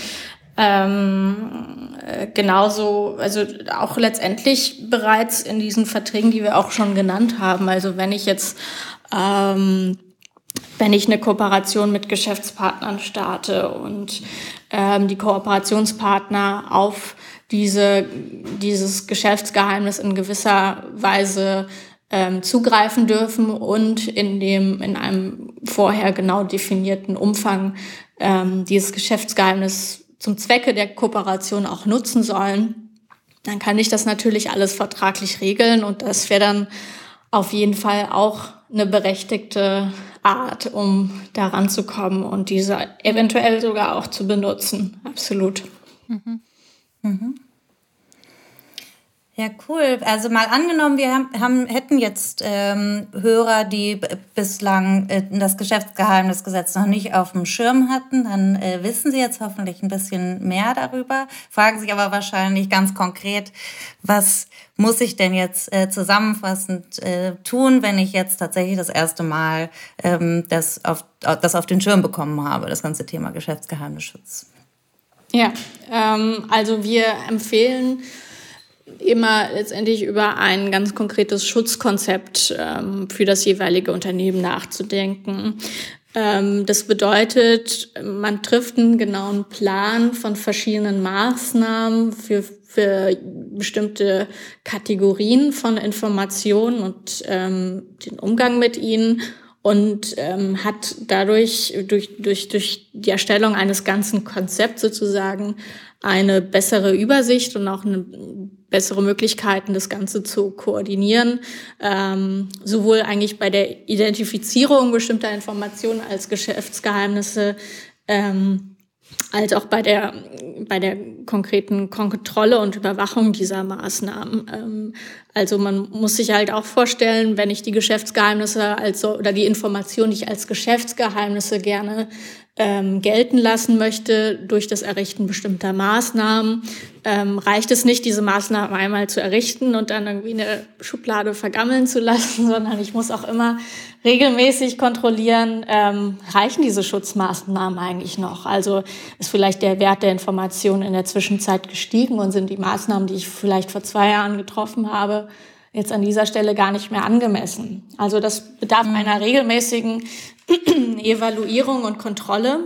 Ähm, äh, genauso, also auch letztendlich bereits in diesen Verträgen, die wir auch schon genannt haben. Also wenn ich jetzt ähm, wenn ich eine Kooperation mit Geschäftspartnern starte und ähm, die Kooperationspartner auf diese dieses Geschäftsgeheimnis in gewisser Weise ähm, zugreifen dürfen und in dem in einem vorher genau definierten Umfang ähm, dieses Geschäftsgeheimnis zum Zwecke der Kooperation auch nutzen sollen, dann kann ich das natürlich alles vertraglich regeln und das wäre dann auf jeden Fall auch eine berechtigte Art, um da ranzukommen und diese eventuell sogar auch zu benutzen. Absolut. Mhm. Mhm. Ja, cool. Also mal angenommen, wir haben, haben hätten jetzt ähm, Hörer, die b- bislang äh, das Geschäftsgeheimnisgesetz noch nicht auf dem Schirm hatten, dann äh, wissen sie jetzt hoffentlich ein bisschen mehr darüber, fragen sich aber wahrscheinlich ganz konkret, was muss ich denn jetzt äh, zusammenfassend äh, tun, wenn ich jetzt tatsächlich das erste Mal ähm, das, auf, das auf den Schirm bekommen habe, das ganze Thema Geschäftsgeheimnisschutz? Ja, ähm, also wir empfehlen immer letztendlich über ein ganz konkretes Schutzkonzept ähm, für das jeweilige Unternehmen nachzudenken. Ähm, das bedeutet, man trifft einen genauen Plan von verschiedenen Maßnahmen für, für bestimmte Kategorien von Informationen und ähm, den Umgang mit ihnen und ähm, hat dadurch durch, durch, durch die Erstellung eines ganzen Konzepts sozusagen eine bessere Übersicht und auch eine bessere Möglichkeiten, das Ganze zu koordinieren, ähm, sowohl eigentlich bei der Identifizierung bestimmter Informationen als Geschäftsgeheimnisse, ähm, als auch bei der bei der konkreten Kontrolle und Überwachung dieser Maßnahmen. Ähm, also man muss sich halt auch vorstellen, wenn ich die Geschäftsgeheimnisse als oder die Informationen, die ich als Geschäftsgeheimnisse gerne ähm, gelten lassen möchte durch das Errichten bestimmter Maßnahmen, ähm, reicht es nicht, diese Maßnahmen einmal zu errichten und dann irgendwie in der Schublade vergammeln zu lassen, sondern ich muss auch immer regelmäßig kontrollieren, ähm, reichen diese Schutzmaßnahmen eigentlich noch? Also ist vielleicht der Wert der Informationen in der Zwischenzeit gestiegen und sind die Maßnahmen, die ich vielleicht vor zwei Jahren getroffen habe, jetzt an dieser Stelle gar nicht mehr angemessen. Also das bedarf mhm. einer regelmäßigen Evaluierung und Kontrolle.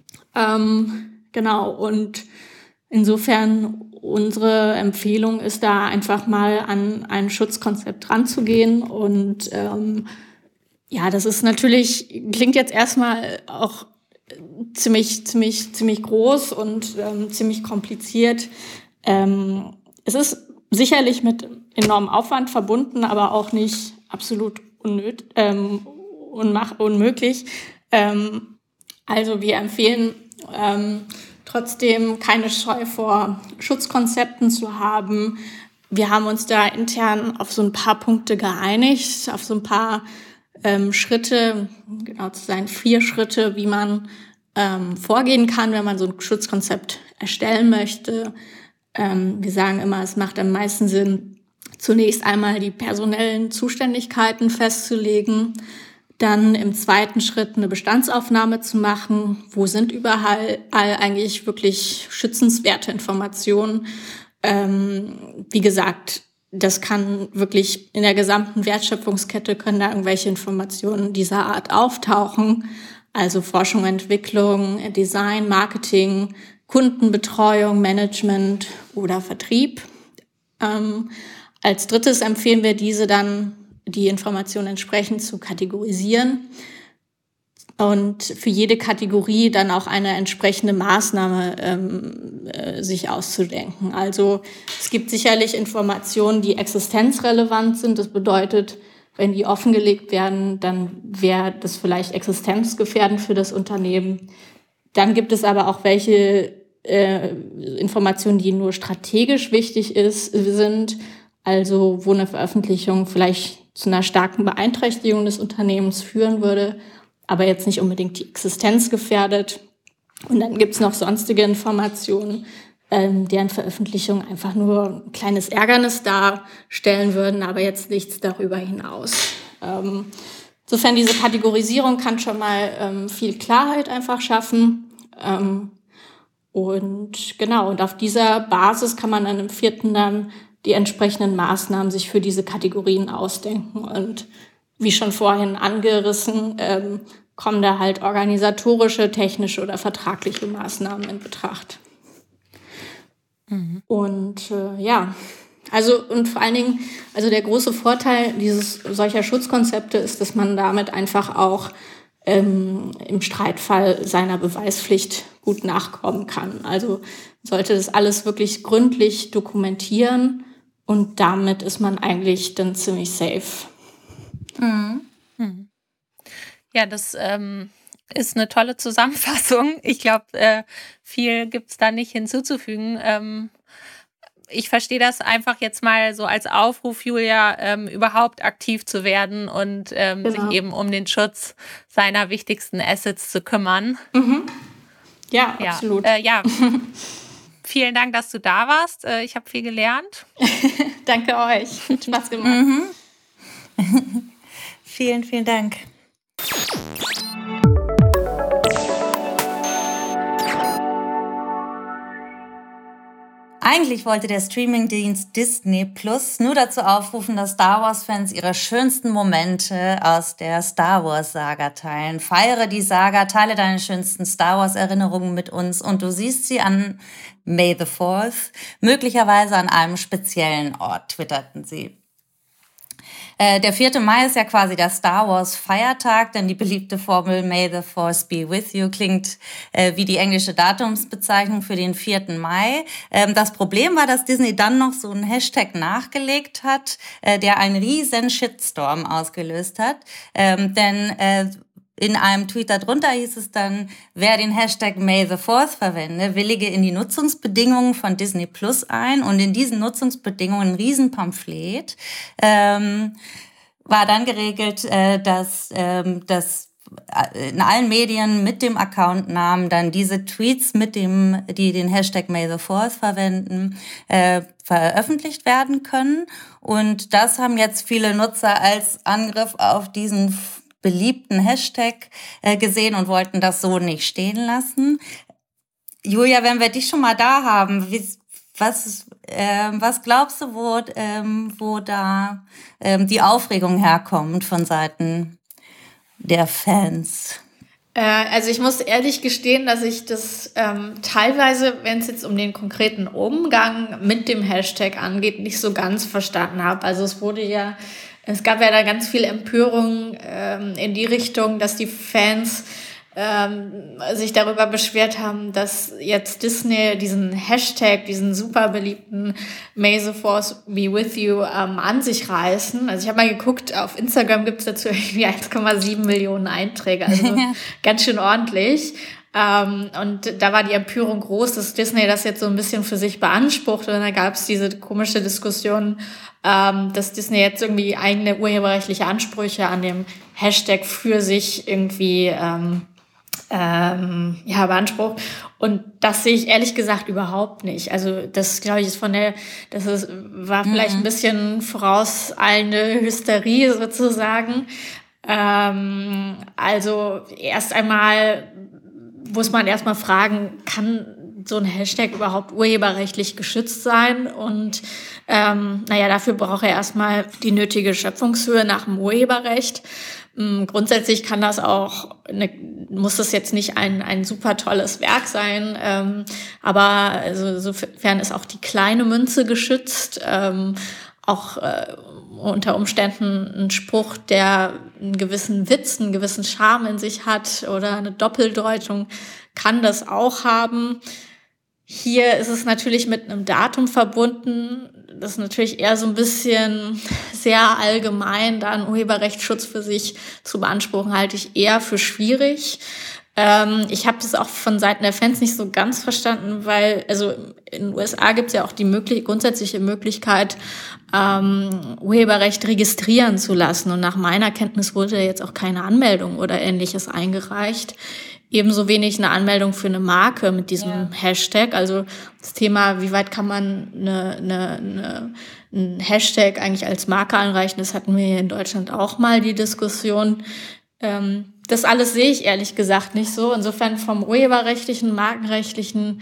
Ähm, genau, und insofern unsere Empfehlung ist da einfach mal an ein Schutzkonzept ranzugehen. Und ähm, ja, das ist natürlich, klingt jetzt erstmal auch ziemlich, ziemlich, ziemlich groß und ähm, ziemlich kompliziert. Ähm, es ist sicherlich mit enormem Aufwand verbunden, aber auch nicht absolut unnöt, ähm, unmach, unmöglich. Ähm, also wir empfehlen ähm, trotzdem keine Scheu vor Schutzkonzepten zu haben. Wir haben uns da intern auf so ein paar Punkte geeinigt, auf so ein paar ähm, Schritte, genau zu sein, vier Schritte, wie man ähm, vorgehen kann, wenn man so ein Schutzkonzept erstellen möchte. Ähm, wir sagen immer, es macht am meisten Sinn, zunächst einmal die personellen Zuständigkeiten festzulegen, dann im zweiten Schritt eine Bestandsaufnahme zu machen. Wo sind überall eigentlich wirklich schützenswerte Informationen? Ähm, wie gesagt, das kann wirklich in der gesamten Wertschöpfungskette können da irgendwelche Informationen dieser Art auftauchen. Also Forschung, Entwicklung, Design, Marketing, Kundenbetreuung, Management oder Vertrieb. Ähm, als drittes empfehlen wir diese dann, die Informationen entsprechend zu kategorisieren und für jede Kategorie dann auch eine entsprechende Maßnahme ähm, äh, sich auszudenken. Also es gibt sicherlich Informationen, die existenzrelevant sind. Das bedeutet, wenn die offengelegt werden, dann wäre das vielleicht existenzgefährdend für das Unternehmen. Dann gibt es aber auch welche äh, Informationen, die nur strategisch wichtig ist, sind, also wo eine Veröffentlichung vielleicht zu einer starken Beeinträchtigung des Unternehmens führen würde, aber jetzt nicht unbedingt die Existenz gefährdet. Und dann gibt es noch sonstige Informationen, ähm, deren Veröffentlichung einfach nur ein kleines Ärgernis darstellen würden, aber jetzt nichts darüber hinaus. Ähm, insofern diese Kategorisierung kann schon mal ähm, viel Klarheit einfach schaffen. Ähm, und genau, und auf dieser Basis kann man dann im vierten dann die entsprechenden Maßnahmen sich für diese Kategorien ausdenken. Und wie schon vorhin angerissen, ähm, kommen da halt organisatorische, technische oder vertragliche Maßnahmen in Betracht. Mhm. Und äh, ja, also und vor allen Dingen, also der große Vorteil dieses solcher Schutzkonzepte ist, dass man damit einfach auch ähm, im Streitfall seiner Beweispflicht gut nachkommen kann. Also sollte das alles wirklich gründlich dokumentieren und damit ist man eigentlich dann ziemlich safe. Mhm. Mhm. Ja, das ähm, ist eine tolle Zusammenfassung. Ich glaube, äh, viel gibt es da nicht hinzuzufügen. Ähm, ich verstehe das einfach jetzt mal so als Aufruf, Julia, ähm, überhaupt aktiv zu werden und ähm, genau. sich eben um den Schutz seiner wichtigsten Assets zu kümmern. Mhm. Ja, ja, absolut. Äh, ja. Vielen Dank, dass du da warst. Äh, ich habe viel gelernt. Danke euch. Hat Spaß gemacht. Mhm. Vielen, vielen Dank. Eigentlich wollte der Streamingdienst Disney Plus nur dazu aufrufen, dass Star Wars-Fans ihre schönsten Momente aus der Star Wars-Saga teilen. Feiere die Saga, teile deine schönsten Star Wars-Erinnerungen mit uns und du siehst sie an May the Fourth, möglicherweise an einem speziellen Ort, twitterten sie. Der vierte Mai ist ja quasi der Star Wars Feiertag, denn die beliebte Formel May the Force be with you klingt äh, wie die englische Datumsbezeichnung für den vierten Mai. Ähm, das Problem war, dass Disney dann noch so einen Hashtag nachgelegt hat, äh, der einen riesen Shitstorm ausgelöst hat, ähm, denn äh, in einem Tweet darunter hieß es dann, wer den Hashtag May the Fourth verwende, willige in die Nutzungsbedingungen von Disney Plus ein. Und in diesen Nutzungsbedingungen, ein Riesenpamphlet, ähm, war dann geregelt, äh, dass, ähm, dass in allen Medien mit dem Accountnamen dann diese Tweets mit dem, die den Hashtag May the Fourth verwenden, äh, veröffentlicht werden können. Und das haben jetzt viele Nutzer als Angriff auf diesen beliebten Hashtag äh, gesehen und wollten das so nicht stehen lassen. Julia, wenn wir dich schon mal da haben, wie, was, äh, was glaubst du, wo, ähm, wo da ähm, die Aufregung herkommt von Seiten der Fans? Äh, also ich muss ehrlich gestehen, dass ich das ähm, teilweise, wenn es jetzt um den konkreten Umgang mit dem Hashtag angeht, nicht so ganz verstanden habe. Also es wurde ja Es gab ja da ganz viel Empörung ähm, in die Richtung, dass die Fans ähm, sich darüber beschwert haben, dass jetzt Disney diesen Hashtag, diesen super beliebten May the Force be with you ähm, an sich reißen. Also ich habe mal geguckt, auf Instagram gibt es dazu irgendwie eins Komma sieben Millionen Einträge, also ganz schön ordentlich. Ähm, und da war die Empörung groß, dass Disney das jetzt so ein bisschen für sich beansprucht. Und dann gab es diese komische Diskussion, ähm, dass Disney jetzt irgendwie eigene urheberrechtliche Ansprüche an dem Hashtag für sich irgendwie ähm, ähm, ja, beansprucht. Und das sehe ich ehrlich gesagt überhaupt nicht. Also das, glaube ich, ist von der, das ist, war vielleicht mhm. ein bisschen vorauseilende Hysterie sozusagen. Ähm, also erst einmal muss man erstmal fragen, kann so ein Hashtag überhaupt urheberrechtlich geschützt sein? Und ähm, naja, dafür braucht er erstmal die nötige Schöpfungshöhe nach dem Urheberrecht. Ähm, grundsätzlich kann das auch, eine, muss das jetzt nicht ein ein super tolles Werk sein, ähm, aber also, sofern ist auch die kleine Münze geschützt, ähm, auch äh, unter Umständen ein Spruch, der einen gewissen Witz, einen gewissen Charme in sich hat oder eine Doppeldeutung, kann das auch haben. Hier ist es natürlich mit einem Datum verbunden. Das ist natürlich eher so ein bisschen sehr allgemein, da einen Urheberrechtsschutz für sich zu beanspruchen, halte ich eher für schwierig. Ähm, ich habe das auch von Seiten der Fans nicht so ganz verstanden, weil also in den U S A gibt es ja auch die möglich- grundsätzliche Möglichkeit, ähm, Urheberrecht registrieren zu lassen. Und nach meiner Kenntnis wurde jetzt auch keine Anmeldung oder Ähnliches eingereicht. Ebenso wenig eine Anmeldung für eine Marke mit diesem ja. Hashtag. Also das Thema, wie weit kann man eine, eine, eine, einen Hashtag eigentlich als Marke einreichen, das hatten wir hier in Deutschland auch mal, die Diskussion. Ähm, das alles sehe ich ehrlich gesagt nicht so. Insofern vom urheberrechtlichen, markenrechtlichen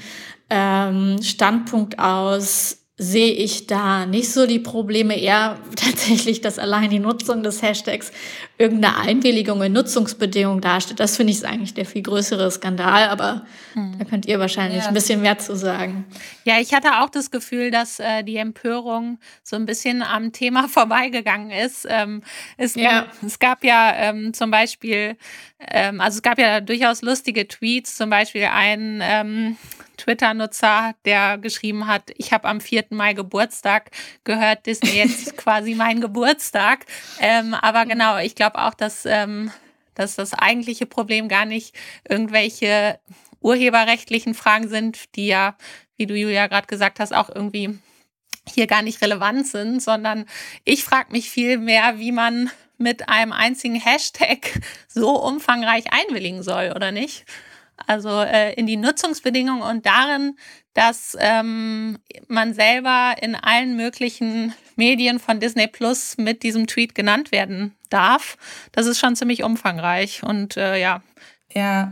ähm, Standpunkt aus sehe ich da nicht so die Probleme, eher tatsächlich, dass allein die Nutzung des Hashtags irgendeine Einwilligung in Nutzungsbedingungen darstellt. Das finde ich eigentlich der viel größere Skandal, aber hm. da könnt ihr wahrscheinlich ja. ein bisschen mehr zu sagen. Ja, ich hatte auch das Gefühl, dass äh, die Empörung so ein bisschen am Thema vorbeigegangen ist. Ähm, es, ja. es gab ja ähm, zum Beispiel, ähm, also es gab ja durchaus lustige Tweets, zum Beispiel ein ähm, Twitter-Nutzer, der geschrieben hat, ich habe am vierten Mai Geburtstag, gehört Disney jetzt quasi mein Geburtstag. Ähm, aber genau, ich glaube auch, dass, ähm, dass das eigentliche Problem gar nicht irgendwelche urheberrechtlichen Fragen sind, die ja, wie du Julia gerade gesagt hast, auch irgendwie hier gar nicht relevant sind, sondern ich frage mich viel mehr, wie man mit einem einzigen Hashtag so umfangreich einwilligen soll, oder nicht? Also äh, in die Nutzungsbedingungen und darin, dass ähm, man selber in allen möglichen Medien von Disney Plus mit diesem Tweet genannt werden darf. Das ist schon ziemlich umfangreich und äh, ja. Ja,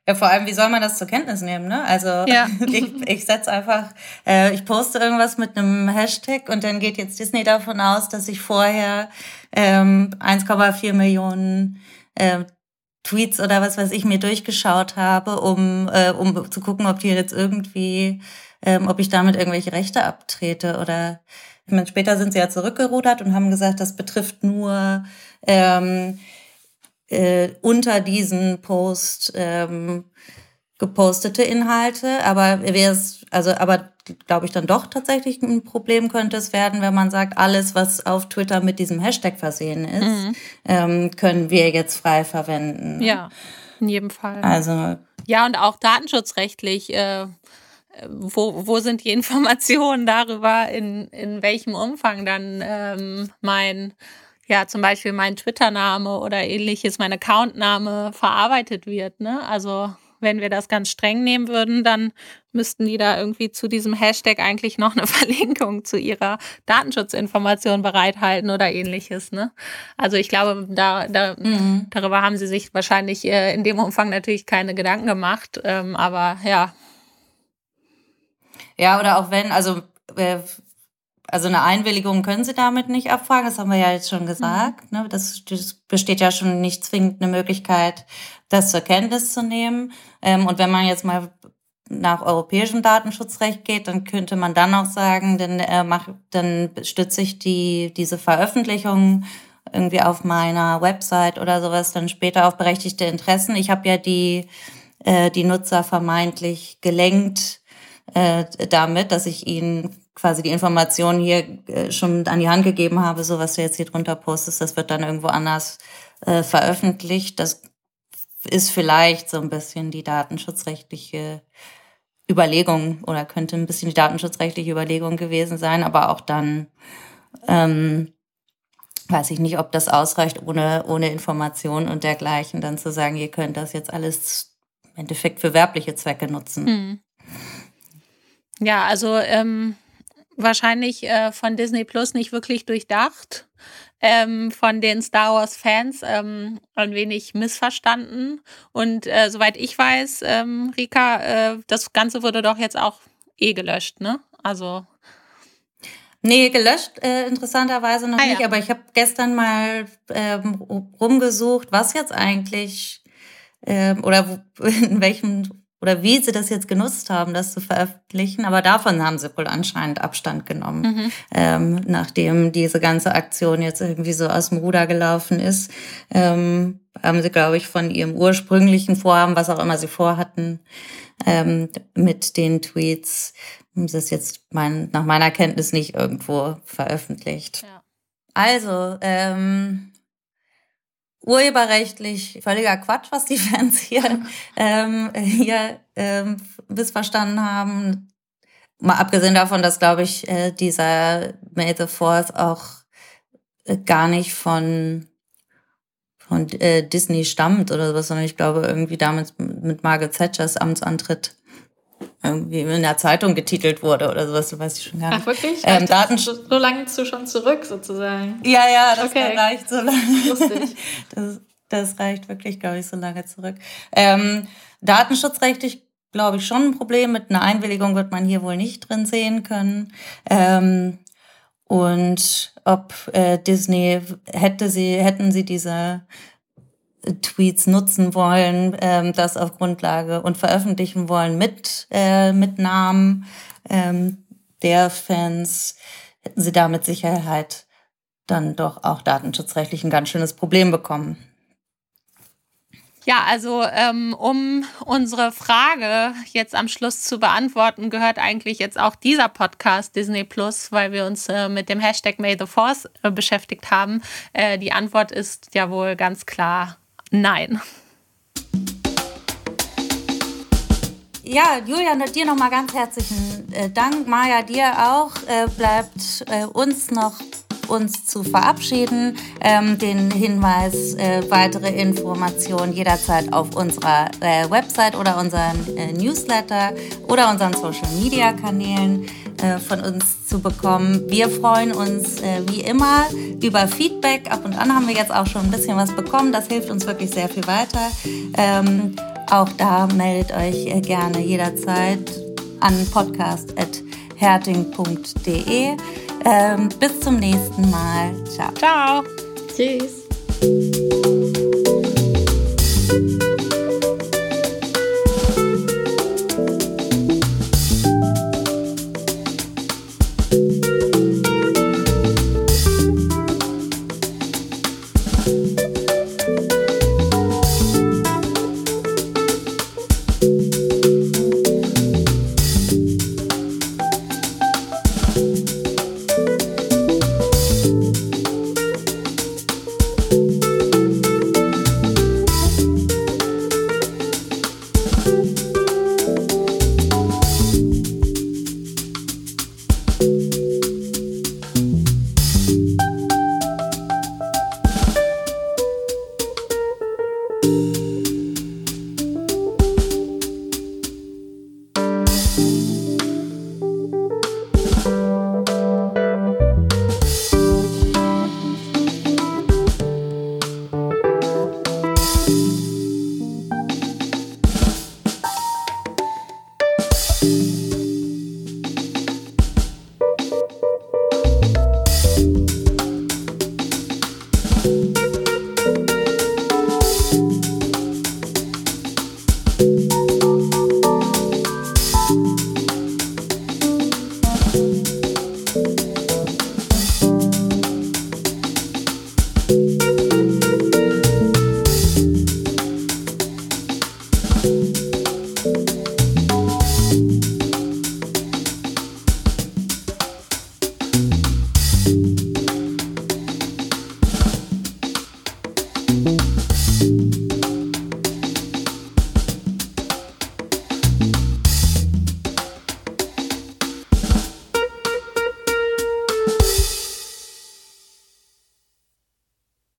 Ja, vor allem, wie soll man das zur Kenntnis nehmen, ne? Also ja. ich, ich setze einfach, äh, ich poste irgendwas mit einem Hashtag und dann geht jetzt Disney davon aus, dass ich vorher ähm, eins Komma vier Millionen äh, Tweets oder was weiß ich mir durchgeschaut habe, um äh, um zu gucken, ob die jetzt irgendwie, ähm, ob ich damit irgendwelche Rechte abtrete oder ich meine, später sind sie ja zurückgerudert und haben gesagt, das betrifft nur ähm, Äh, unter diesen Post ähm, gepostete Inhalte, aber wäre es, also aber glaube ich dann doch tatsächlich ein Problem könnte es werden, wenn man sagt, alles, was auf Twitter mit diesem Hashtag versehen ist, mhm. ähm, können wir jetzt frei verwenden. Ja, in jedem Fall. Also ja, und auch datenschutzrechtlich, äh, wo, wo sind die Informationen darüber, in, in welchem Umfang dann ähm, mein ja, zum Beispiel mein Twitter-Name oder ähnliches, mein Account-Name verarbeitet wird, ne? Also wenn wir das ganz streng nehmen würden, dann müssten die da irgendwie zu diesem Hashtag eigentlich noch eine Verlinkung zu ihrer Datenschutzinformation bereithalten oder ähnliches, ne? Also ich glaube, da, da mhm. darüber haben sie sich wahrscheinlich äh, in dem Umfang natürlich keine Gedanken gemacht, ähm, aber ja. Ja, oder auch wenn, also äh, Also eine Einwilligung können Sie damit nicht abfragen, das haben wir ja jetzt schon gesagt. Mhm. Das, das besteht ja schon nicht zwingend eine Möglichkeit, das zur Kenntnis zu nehmen. Und wenn man jetzt mal nach europäischem Datenschutzrecht geht, dann könnte man dann auch sagen, dann, äh, mach, dann stütze ich die diese Veröffentlichung irgendwie auf meiner Website oder sowas dann später auf berechtigte Interessen. Ich habe ja die äh, die Nutzer vermeintlich gelenkt äh, damit, dass ich ihnen quasi die Informationen hier äh, schon an die Hand gegeben habe, so was du jetzt hier drunter postest, das wird dann irgendwo anders äh, veröffentlicht. Das ist vielleicht so ein bisschen die datenschutzrechtliche Überlegung oder könnte ein bisschen die datenschutzrechtliche Überlegung gewesen sein, aber auch dann ähm, weiß ich nicht, ob das ausreicht, ohne ohne Information und dergleichen dann zu sagen, ihr könnt das jetzt alles im Endeffekt für werbliche Zwecke nutzen. Hm. Ja, also ähm wahrscheinlich äh, von Disney Plus nicht wirklich durchdacht, ähm, von den Star Wars Fans ähm, ein wenig missverstanden. Und äh, soweit ich weiß, ähm, Rika, äh, das Ganze wurde doch jetzt auch eh gelöscht, ne? Also Nee, gelöscht äh, interessanterweise noch ah, nicht, ja. aber ich habe gestern mal ähm, rumgesucht, was jetzt eigentlich ähm, oder wo, in welchem oder wie sie das jetzt genutzt haben, das zu veröffentlichen. Aber davon haben sie wohl anscheinend Abstand genommen, mhm. ähm, nachdem diese ganze Aktion jetzt irgendwie so aus dem Ruder gelaufen ist. Ähm, haben sie, glaube ich, von ihrem ursprünglichen Vorhaben, was auch immer sie vorhatten, ähm, mit den Tweets, haben sie es jetzt mein, nach meiner Kenntnis nicht irgendwo veröffentlicht. Ja. Also, ähm, urheberrechtlich völliger Quatsch, was die Fans hier, ähm, hier ähm, missverstanden haben. Mal abgesehen davon, dass, glaube ich, äh, dieser May the Fourth auch äh, gar nicht von von äh, Disney stammt oder sowas, sondern ich glaube irgendwie damals mit Margaret Thatchers Amtsantritt irgendwie in der Zeitung getitelt wurde oder sowas, das weiß ich schon gar nicht. Ach, wirklich? Ähm, Daten so, so lange zu schon zurück, sozusagen. Ja, ja, das okay. reicht so lange. Lustig. Das, das reicht wirklich, glaube ich, so lange zurück. Ähm, datenschutzrechtlich, glaube ich, schon ein Problem. Mit einer Einwilligung wird man hier wohl nicht drin sehen können. Ähm, und ob äh, Disney, hätte sie, hätten sie diese Tweets nutzen wollen, ähm, das auf Grundlage und veröffentlichen wollen mit, äh, mit Namen ähm, der Fans, hätten sie da mit Sicherheit dann doch auch datenschutzrechtlich ein ganz schönes Problem bekommen. Ja, also ähm, um unsere Frage jetzt am Schluss zu beantworten, gehört eigentlich jetzt auch dieser Podcast Disney Plus, weil wir uns äh, mit dem Hashtag May the Fourth äh, beschäftigt haben. Äh, die Antwort ist ja wohl ganz klar nein. Ja, Julian, dir nochmal ganz herzlichen äh, Dank. Maja, dir auch. Äh, bleibt äh, uns noch uns zu verabschieden. Ähm, den Hinweis, äh, weitere Informationen jederzeit auf unserer äh, Website oder unseren äh, Newsletter oder unseren Social-Media-Kanälen äh, von uns zu bekommen. Wir freuen uns äh, wie immer über Feedback. Ab und an haben wir jetzt auch schon ein bisschen was bekommen. Das hilft uns wirklich sehr viel weiter. Ähm, auch da meldet euch äh, gerne jederzeit an podcast at herting punkt de. Ähm, bis zum nächsten Mal. Ciao. Ciao. Tschüss. Thank you.